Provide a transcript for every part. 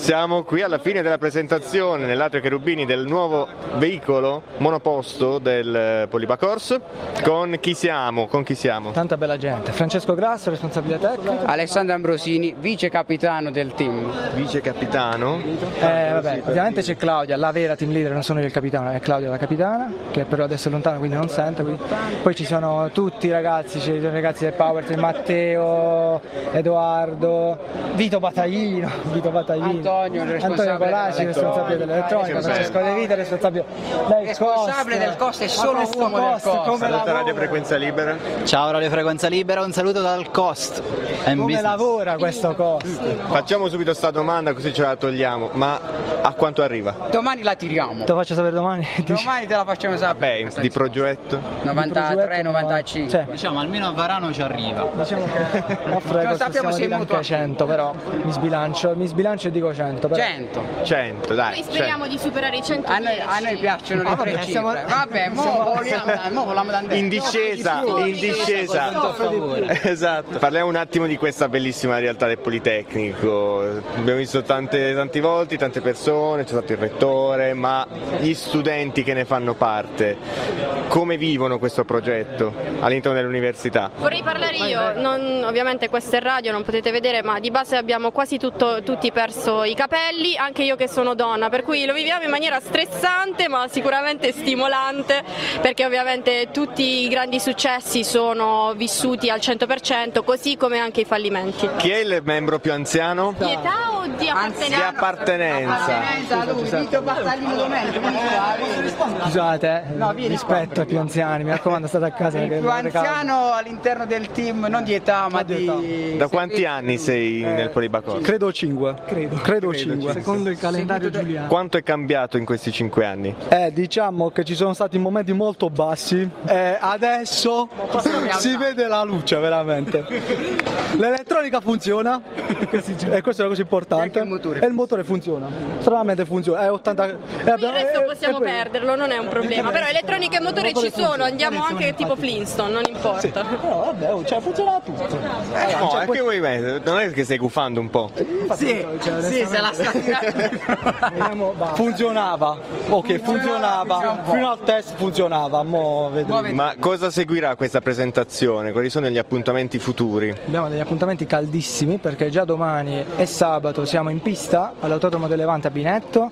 Siamo qui alla fine della presentazione nell'Atrio Cherubini del nuovo veicolo monoposto del Polibacors. Con chi siamo? Tanta bella gente. Francesco Grasso, responsabile tecnico. Alessandro Ambrosini, vice capitano del team. Vice capitano? Vabbè, ovviamente c'è Claudia, la vera team leader, non sono io il capitano, è Claudia la capitana, che però adesso è lontana quindi non sente. Poi ci sono tutti i ragazzi, c'è i ragazzi del Powertrain, Matteo, Edoardo, Vito Battaglino, Antonio Colacci, responsabile dell'elettronica, Francesco De Vita, responsabile del costo è solo uomo del costo. Saluta Radio Frequenza Libera. Ciao Radio Frequenza Libera, un saluto dal Cost. Come lavora questo Cost? Facciamo subito sta domanda così ce la togliamo, ma a quanto arriva? Domani la tiriamo. Te lo faccio sapere domani? Domani te la facciamo sapere. Beh, di progetto? 93, 95. Cioè, Diciamo almeno a Varano ci arriva. diciamo che a Frequenza sappiamo se è anche mutuo. 100, però mi sbilancio e dico 100. Però. 100, dai. Noi speriamo di superare i 100. A noi piacciono le tre cifre. Vabbè, mo vogliamo andare. In discesa. Esatto. Parliamo un attimo di questa bellissima realtà del Politecnico. Abbiamo visto tanti volti, tante persone, c'è stato il rettore, ma gli studenti che ne fanno parte, come vivono questo progetto all'interno dell'università? Vorrei parlare io, ovviamente questa è radio, non potete vedere, ma di base abbiamo quasi tutti perso i capelli, anche io che sono donna, per cui lo viviamo in maniera stressante ma sicuramente stimolante, perché ovviamente tutti i grandi successi sono vissuti al 100%, così come anche i fallimenti. Chi è il membro più anziano? Di età o di appartenenza? Di appartenenza. Vito Battaglino Domenico. Scusate, rispetto ai più anziani, mi raccomando, state a casa. Il più anziano all'interno del team, non di età, ma di... Da quanti anni sei nel Polibacors? Credo 5. Credo 5. Secondo il calendario giuliano. Quanto è cambiato in questi 5 anni? Diciamo che ci sono stati momenti molto bassi e adesso si vede la luce veramente. L'elettronica funziona e questa è la cosa importante. E il motore funziona. Stranamente funziona. È 80. Il resto possiamo perderlo, non è un problema. Però elettronica e motore ci sono, andiamo anche tipo Flintstone, non importa. Sì, però vabbè, cioè funziona tutto. No, anche voi non è che stai gufando un po'? Sì, se la sta tirando. Funzionava. Ok, funzionava. Fino al test funzionava. Mo vedremo. Ma cosa seguirà questa presentazione? Quali sono gli appuntamenti futuri? Abbiamo degli appuntamenti caldissimi perché già domani e sabato siamo in pista all'Autodromo del Levante a Binetto,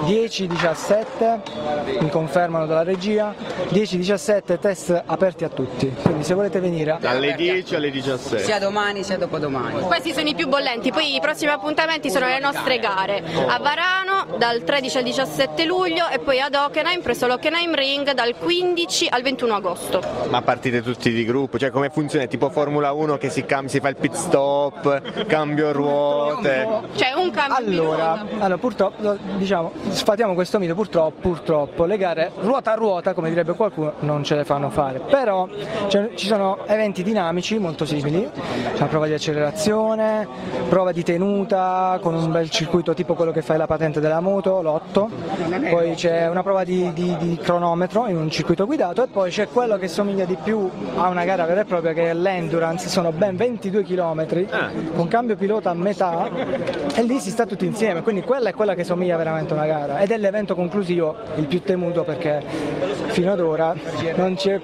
10-17, mi confermano dalla regia, 10-17 test aperti a tutti, quindi se volete venire dalle 10 alle 17. Sia domani sia dopodomani. Questi sono i più bollenti, poi i prossimi appuntamenti sono le nostre gare a Varano dal 13 al 17 luglio e poi ad Hockenheim presso l'Hockenheim Ring dal 15 al 21 agosto. Ma partite tutti di gruppo? Cioè come funziona? Tipo Formula 1 che si fa il pit stop, cambio ruote? Cioè un cambio allora purtroppo, diciamo, sfatiamo questo mito, purtroppo le gare ruota a ruota, come direbbe qualcuno, non ce le fanno fare, però ci sono eventi dinamici molto simili, c'è una prova di accelerazione, prova di tenuta con un bel circuito tipo quello che fai la patente della moto, l'8, poi c'è una prova di cronometro in un circuito guidato e poi c'è quello che somiglia di più a una gara vera e propria che è l'endurance, sono ben 22 km con cambio pilota a metà e lì si sta tutti insieme, quindi quella è quella che somiglia veramente a una gara ed è l'evento conclusivo il più temuto perché fino ad ora non c'è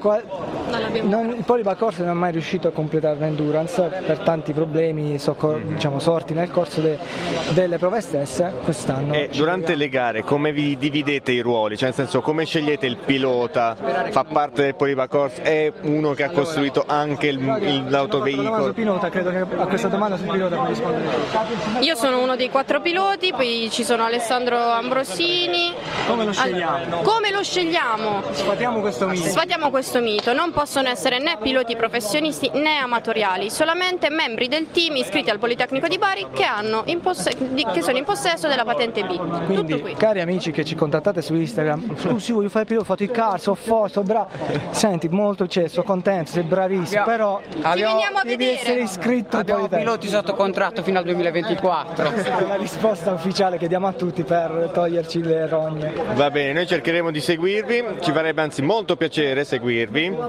il Polibacors non è mai riuscito a completare l'endurance per tanti problemi sorti nel corso delle prove stesse quest'anno. E durante le gare come vi dividete i ruoli? Cioè nel senso come scegliete il pilota? Fa parte del Polibacors? È uno che ha costruito anche l'autoveicolo? Pilota, credo che a questa domanda sul pilota puoi rispondere. Io sono uno dei 4 piloti, poi ci sono Alessandro Ambrosini. Come lo scegliamo? Come lo scegliamo? Sfatiamo questo mito. Non possono essere né piloti professionisti né amatoriali, solamente membri del team iscritti al Politecnico di Bari che sono in possesso della patente B. Quindi, tutto qui. cari amici che ci contattate su Instagram, sì, voglio fare pilota, ho fatto il car, sono forte, sono bravo. Senti, molto sono contento, sei bravissimo, però devi essere iscritto. Abbiamo piloti sotto contratto fino al 2024. Questa è la risposta ufficiale che diamo a tutti per toglierci le rogne. Va bene, noi cercheremo di seguirvi, ci farebbe anzi molto piacere seguirvi in questa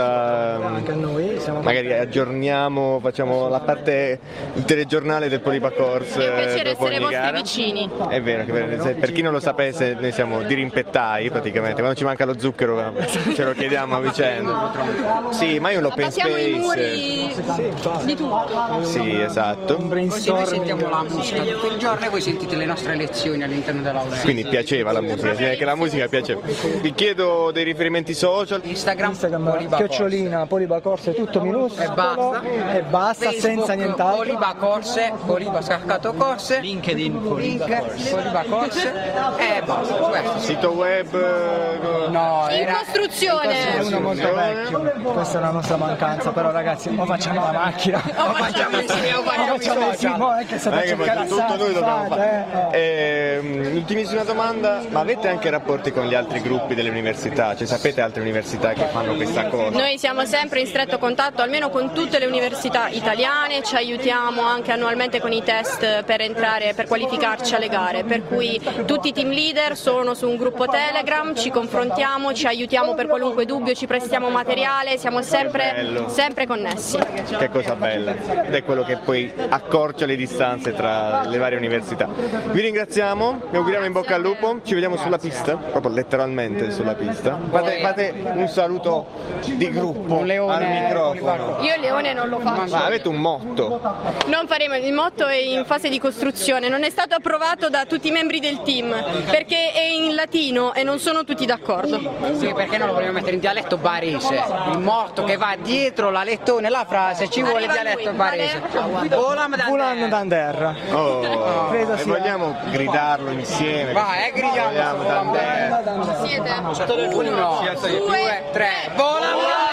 anche a noi. Magari aggiorniamo, facciamo la parte, il telegiornale del Polipa Corse. È un piacere dopo essere ogni vostri gara. vicini. È vero, per chi non lo sapesse, noi siamo dirimpettai praticamente, quando ci manca lo zucchero ce lo chiediamo a vicenda. Sì, ma io l'open Abbattiamo i space. muri di tutto. Sì, esatto. Così noi sentiamo la musica tutto il giorno e voi sentite le nostre lezioni all'interno dell'aula. Quindi piaceva la musica, direi che la musica piaceva. Vi chiedo dei riferimenti social. Instagram chiocciolina Polipa Corse tutto minuscolo e basta, Facebook, senza nient'altro. Polipa Corse, Polipa Scaccato Corse, LinkedIn Polipa Corse. Polipa Corse e basta. Questo. Sito web. No, In era costruzione. Uno molto vecchio, questa è una nostra mancanza, però ragazzi, o facciamo la macchina, o facciamo insieme, o facciamo sì, mo è che state a cercare tutto noi dobbiamo fare. fare. Ultimissima domanda, ma avete anche rapporti con gli altri gruppi delle università? Cioè sapete altre università che fanno questa cosa? Noi siamo sempre in stretto contatto almeno con tutte le università italiane, ci aiutiamo anche annualmente con i test per entrare, per qualificarci alle gare, per cui tutti i team leader sono su un gruppo Telegram, ci confrontiamo, ci aiutiamo per qualunque dubbio, ci prestiamo materiale, siamo sempre connessi. Che cosa bella, ed è quello che poi accorcia le distanze tra le varie università. Vi ringraziamo, vi auguriamo in bocca al lupo, ci vediamo sulla pista, proprio letteralmente sulla pista. Fate un saluto di gruppo al microfono. Io il leone non lo faccio. Ma avete un motto? Non faremo, il motto è in fase di costruzione, non è stato approvato da tutti i membri del team perché è in latino e non sono tutti d'accordo. Sì, perché non lo vogliamo mettere in dialetto barese? Il motto che va dietro la lettone, la frase, ci vuole il dialetto barese. Bulan Dander. Oh, Credo e sia. vogliamo gridarlo insieme. Vai, gridiamo. Vogliamo Dander. Siete? 1, 2, 3, vola!